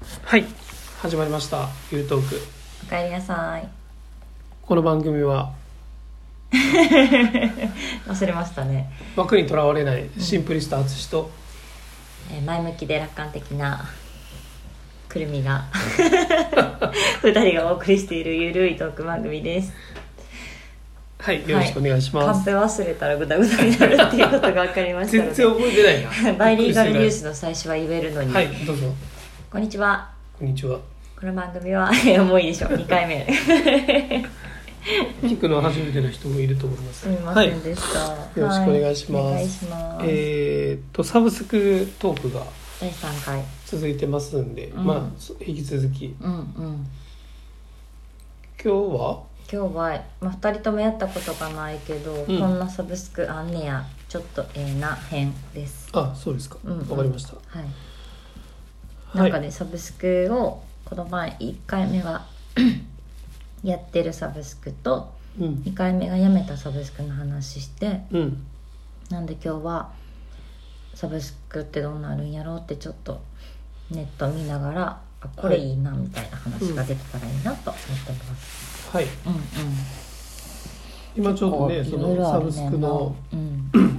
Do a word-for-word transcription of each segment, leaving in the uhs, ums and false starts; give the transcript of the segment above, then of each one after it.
はい、始まりましたゆるトーク。 おかえりなさい。 この番組は忘れましたね。 枠にとらわれないシンプリスト淳と、 えー前向きで楽観的なくるみがふたりがお送りしているゆるいトーク番組です。 はい、よろしくお願いします。 カンペ忘れたらグダグダになるっていうことが分かりましたので全然覚えてないなバイリーガルニュースの最初は言えるのに。 はい、どうぞ。 こんにちは。 こんにちは。 この番組はもういいでしょう、にかいめ聞くの初めての人もいると思います。 すみませんでした、 はい、よろしくお願いします、 はい、お願いします。 えー、っとサブスクトークがだいさんかい続いてますんで、 うん、 まあ引き続き、 うんうん、 今日は今日は、まあ、ふたりともやったことがないけど、 うん、 こんなサブスクあんねやちょっとええな編です。 あ、そうですか、わ、うんうん、かりました。 はい、なんかね、はい、サブスクをこの前いっかいめはやってるサブスクと、うん、にかいめがやめたサブスクの話して、うん、なんで今日はサブスクってどうなるんやろうってちょっとネット見ながら、あ、これいいなみたいな話ができたらいいなと思ってます。 はい、うんうん、今ちょっとね、そのサブスクの、うん、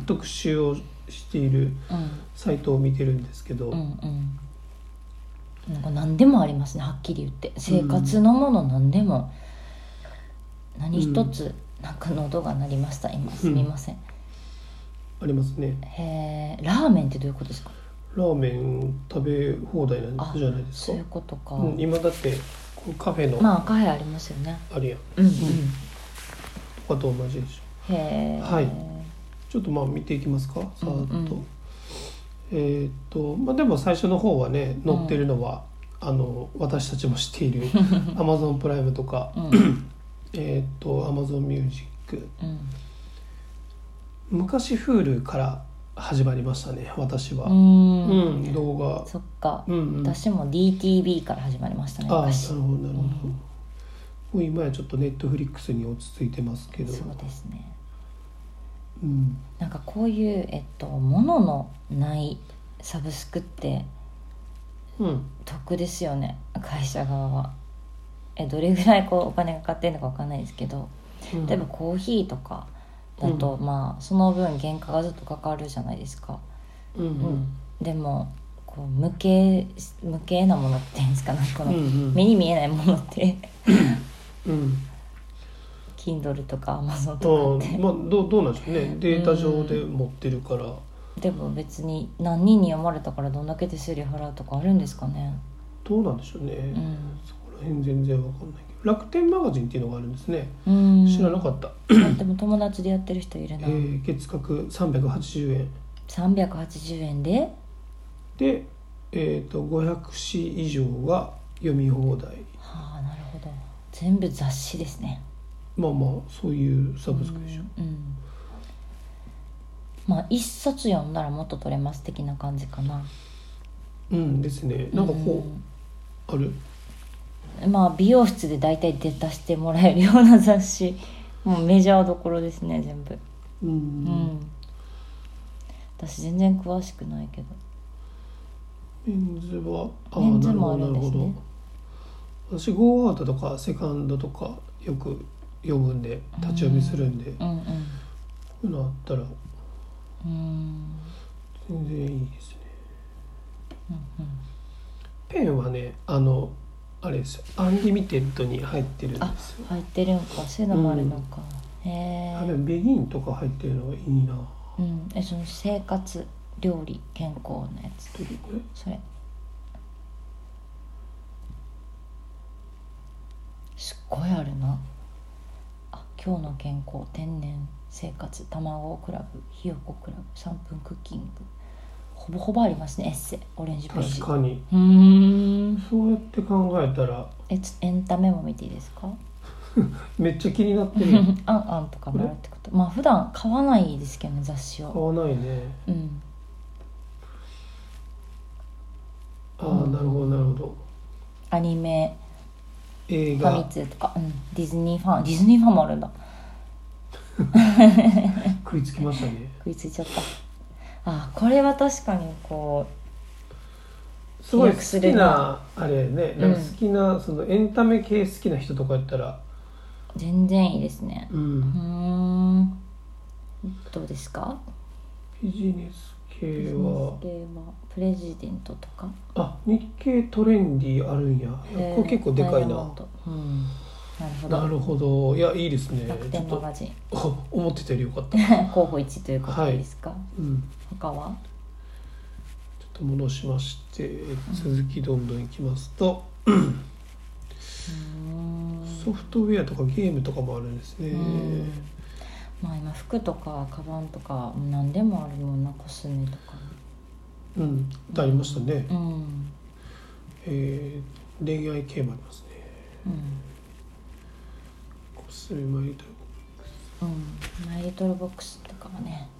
特集をしているサイトを見てるんですけど、うんうん、なんか何でもありますね、はっきり言って。生活のもの何でも、うん、何一つなんか喉が鳴りました今、すみません、 うん、ありますね。 へえ、ラーメンってどういうことですか？ ラーメン食べ放題なんじゃないですか。 そういうことか、 うん、今だってカフェの、 まあカフェありますよね。 あるやん、 うんうん、 とかと同じでしょ。へえ、はい、ちょっとまあ見ていきますか、さーっと、うんうん、えー、っとまあでも最初の方はね載ってるのは、うん、あの私たちも知っているAmazon プライムとか、うん、えっと Amazon ミュージック、うん、昔 Hulu から始まりましたね、私は。うん、うん、動画。 そっか、うんうん、私も ディーティービー から始まりましたね。 ああ、なるほどなるほど、うん、もう今やちょっと Netflix に落ち着いてますけど。 そうですね、 うん、 なんかこういう、えっと、物のないサブスクって、うん、得ですよね、会社側は。えどれぐらいこうお金がかかってるのか分かんないですけど、うん、例えばコーヒーとかだと、うん、まあその分原価がずっとかかるじゃないですか、うんうん、でもこう無形無形なものっていうんですかね、この目に見えないものってうん、Kindle とか Amazon とかって、 まあ、どう、どうなんでしょうね、データ上で持ってるから、うん、 でも別に何人に読まれたからどんだけ手数料払うとかあるんですかね。 どうなんでしょうね、うん、そこら辺全然わかんないけど、楽天マガジンっていうのがあるんですね。うん、知らなかった。 でも友達でやってる人いるな、 えー、月額さんびゃくはちじゅうえんさんびゃくはちじゅうえんでで、えー、とごひゃくし以上が読み放題。 はあ、なるほど、全部雑誌ですね。 まあまあそういうサブスクでしょ、うんうん、 まあ一冊読んだらもっと取れます的な感じかな。 うんですね。なんかこう、うん、あるまあ美容室で大体出してもらえるような雑誌、もうメジャーどころですね全部。うん、うん、私全然詳しくないけど。 メンズはメンズもあるんですね。 私ゴーアウトとかセカンドとかよく読むんで立ち読みするんで、うんうんうん、こういうのあったらうん全然いいですね、うんうん、ペンはねあのあれですよ、アンリミテッドに入ってるんですよ。 あ、入ってるんか、そういうのもあるのか、うん、へえ。 あれベギンとか入ってるのがいいな、 うん、えその生活料理健康のやつ、 どれこれ、 それすっごいあるなあ。今日の健康、天然生活、卵クラブ、ひよこクラブ、さんぷんクッキング、ほぼほぼありますね。エッセ、オレンジページ。 確かに。うーん、そうやって考えたらえエンタメも見ていいですかめっちゃ気になってるあんあんとかもあるってこと。まあ普段買わないですけどね、雑誌を。 買わないね。うん、ああ、うん、なるほどなるほど。 アニメ、 映画、 ファミ通とか、うん、ディズニーファン、ディズニーファンもあるんだ食いつきましたね。 食いついちゃった。あ、これは確かにこすごい好きなあれね、なんか好きな、うん、そのエンタメ系好きな人とかやったら全然いいですね。 うん、うーんどうですか？ ビジネス系はプレジデントとか、 あ、日経トレンディあるんや。これ結構でかいな。 うん、なるほど。 なるほど。いや、いいですね。 楽天マガジン。 思ってたよりよかった。 候補いちということでいいですか？はい、 うん。 他は？ ちょっと戻しまして、続きどんどんいきますと、うん、ソフトウェアとかゲームとかもあるんですね。 まあ今服とかカバンとか何でもあるもんな、コスメとか。 うんありましたね。 うん、 えー、恋愛系もありますね。 うん、 コスメマイリトルボックス、 うん、マイリトルボックスとかもね。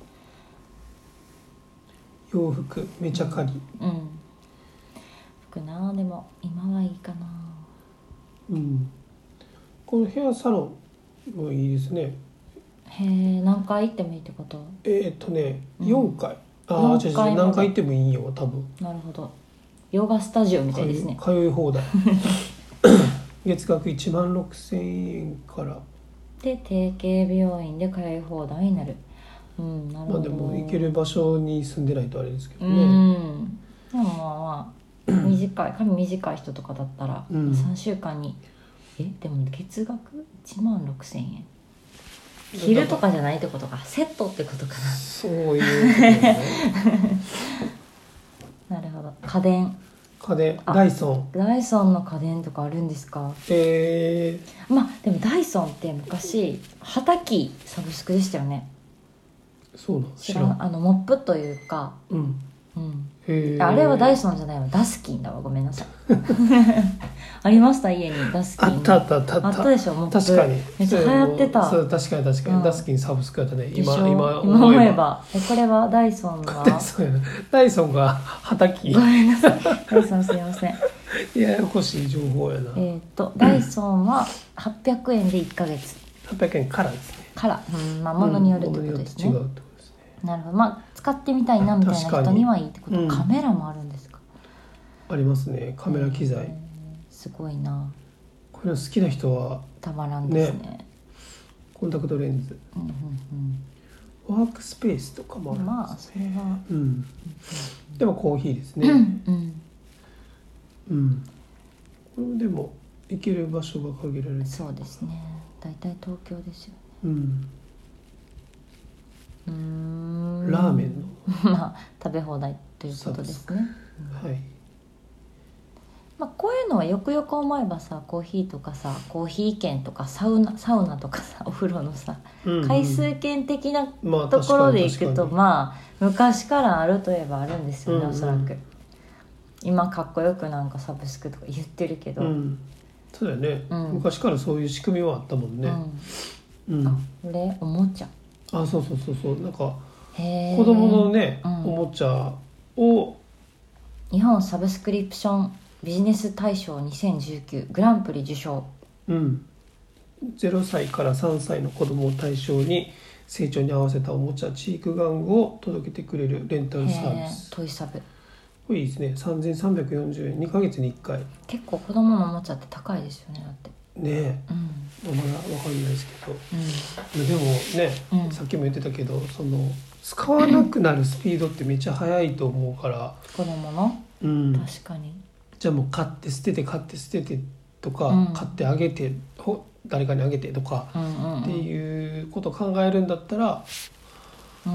洋服めちゃ借り、 うん、うん、服な。でも今はいいかな。 うん、このヘアサロンもいいですね。 へえ、何回行ってもいいってこと？ えー、っとね、うん、よんかい。ああ、違う違う、何回行ってもいいよ多分。 なるほど。ヨガスタジオみたいですね。 通い放題月額いちまんろくせんえんからで定型美容院で通い放題になる。うん、なるほど。 まあでも行ける場所に住んでないとあれですけどね。 うんでもまあ短い髪短い人とかだったら、うん、さんしゅうかんにえでも月額いちまんろくせんえん、昼とかじゃないってことか、セットってことかな。 そういうことですねなるほど。家電家電ダイソンダイソンの家電とかあるんですか？ えー、まあでもダイソンって昔はたきサブスクでしたよね。 そうなん知らん。あのモップというか、 うんうん、 へあれはダイソンじゃないわ、ダスキンだわ、ごめんなさいありました、家にダスキン。 あったあったあったあったでしょ、モップ。 確かにめっちゃ流行ってた。 そう確かに確かに、うん、ダスキンサブスクやったね。今今今思えば。えこれはダイソンがダイソンやな。ダイソンがはたき。 ごめんなさいダイソンすいませんややこしい情報やな。 えっとダイソンははっぴゃくえんでいっかげつ。 はっぴゃくえんからですね。 から、うん、まあ物によるってことですね。 うん、違うってことですね。 なるほど。まあ使ってみたいなみたいな人にはいいってこと。うん、カメラもあるんですか？ ありますね、カメラ機材。 すごいな。 これ好きな人はたまらんですね。 ね、コンタクトレンズ、 うんうんうん、ワークスペースとかもあるんですね。 まあそれは、 うん、でもコーヒーですね。 うんうんうん、これでも行ける場所が限られてる。 そうですね、だいたい東京ですよね。 うんうーんラーメンのまあ食べ放題ということですね。 はい。 まあ、こういうのはよくよく思えばさ、コーヒーとかさ、コーヒー券とかサウナサウナとかさ、お風呂のさ、うんうん、回数券的なところでいくと、まあ、まあ昔からあるといえばあるんですよね、うんうん、おそらく。今かっこよくなんかサブスクとか言ってるけど、うん、 そうだよね、うん、昔からそういう仕組みはあったもんね。 うんうん、あ、これおもちゃ。 あ、そうそうそうそう、なんか子供のね、うん、おもちゃを日本サブスクリプションビジネス大賞にせんじゅうきゅうグランプリ受賞。 うん、ゼロさいからさんさいの子供を対象に成長に合わせたおもちゃチーク玩具を届けてくれるレンタルサービス。 トイサブ、 これいいですね。さんぜんさんびゃくよんじゅうえん、にかげつにいっかい。 結構子供のおもちゃって高いですよね、だってねえ、うん、まだ分かんないですけど、うん、でもね、うん、さっきも言ってたけど、その使わなくなるスピードってめっちゃ速いと思うから子供の、うん、確かに。 じゃあもう買って捨てて買って捨ててとか、うん、買ってあげて誰かにあげてとか、うんうんうん、っていうことを考えるんだったら、うん、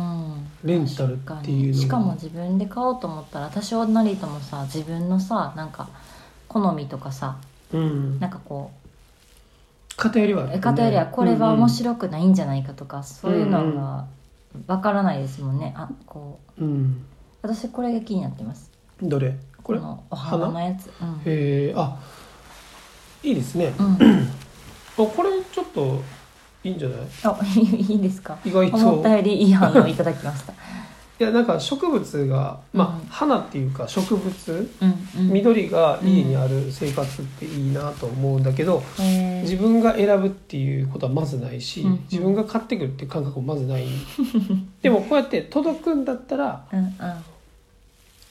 レンタルっていうのしかも自分で買おうと思ったら多少なりともさ、自分のさ、なんか好みとかさ、うん、なんかこう偏りはある、ね、 偏りはこれは面白くないんじゃないかとか、うんうん、そういうのがわからないですもんね。あ、こう、うん、私これが気になってます。 どれ？これこのお花のやつ、うん、 へえ、あ、いいですね、うん、あ、これちょっといいんじゃない？ あ、いいですか？ 意外と思ったよりいい反応いただきましたいや、なんか植物が、まあ、うん、花っていうか植物、うんうん、緑が家にある生活っていいなと思うんだけど、うん、自分が選ぶっていうことはまずないし、うんうん、自分が買ってくるっていう感覚もまずないでもこうやって届くんだったら、うんうん、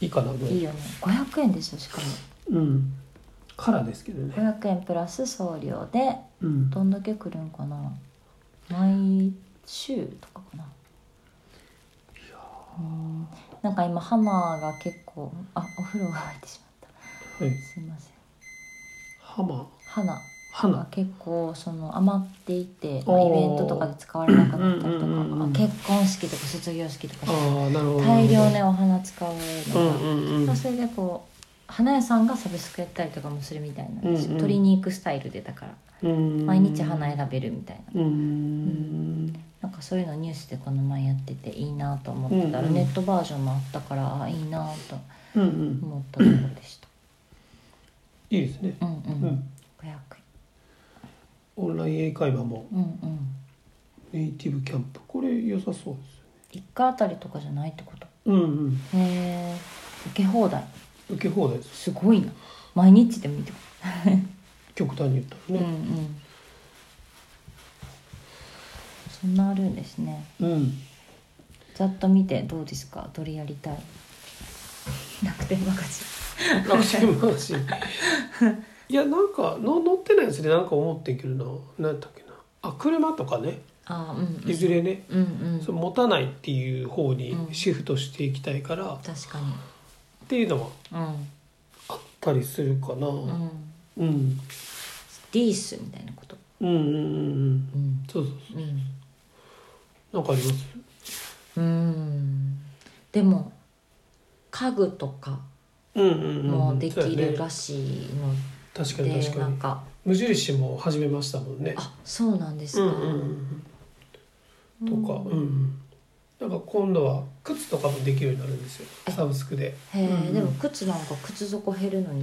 いいかなぐらい。 いいよね。ごひゃくえんですよしかも。うんからですけどね。 ごひゃくえんプラス送料で、うん、どんだけ来るんかな。毎週とかかな。いやうんなんか今ハマーが結構あお風呂が入ってしまった、はい、すいません。 ハマー花が結構その余っていて、まあ、イベントとかで使われなくなったりとか、うんうんうん、結婚式とか卒業式とか大量ねお花使うのが、うんうんうん、それでこう花屋さんがサブスクやったりとかもするみたいなんですよ、うんうん、取りに行くスタイルでだから、うん、毎日花選べるみたいな、うんうん、なんかそういうのニュースでこの前やってていいなと思ってたら、うんうん、ネットバージョンもあったからあいいなと思ったところでした、 うんうん、いいですね、 うんうんうん、ごひゃくえんオンライン英会話も、 うんうん、 ネイティブキャンプこれ良さそうですよね。 いっかいあたりとかじゃないってこと？ うんうん。 へえ受け放題。 受け放題です。 すごいな。毎日でもいいってこと極端に言ったらね。うんうん。 そんなあるんですね。 うん。 ざっと見てどうですか？どれやりたい？楽天マガジン。 楽天マガジン。いやなんかの乗ってないやつでなんか思ってんけどな、何だっけなあ車とかねあ、うんうん、 いずれね、 うんうん、 その持たないっていう方にシフトしていきたいから、うん、 確かにっていうのはあったりするかな、うんうん、 リースみたいなことうんうんうんうん、うん、そうそうそう、うん、なんかあります？ うんでも家具とかもできるらしいの、うんうんうん確かに確かになんか無印も始めましたもんね。 あ、そうなんですか、うんうんうん、とか、うんうん、なんか今度は靴とかもできるようになるんですよサブスクで。 へえ、うんうん、でも靴なんか靴底減るのに